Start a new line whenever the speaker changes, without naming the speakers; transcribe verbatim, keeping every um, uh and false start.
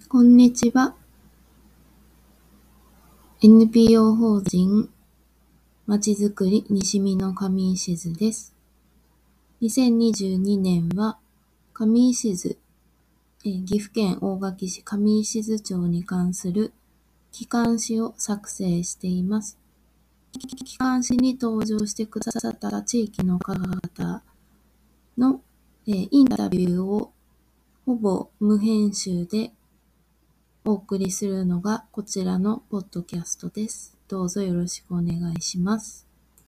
こんにちは。エヌピーオー 法人まちづくり西美の上石津です。にせんにじゅうにねんは上石津、えー岐阜県大垣市上石津町に関する機関誌を作成しています。機関誌に登場してくださった地域の方々の、えーインタビューをほぼ無編集でお送りするのがこちらのポッドキャストです。どうぞよろしくお願いします。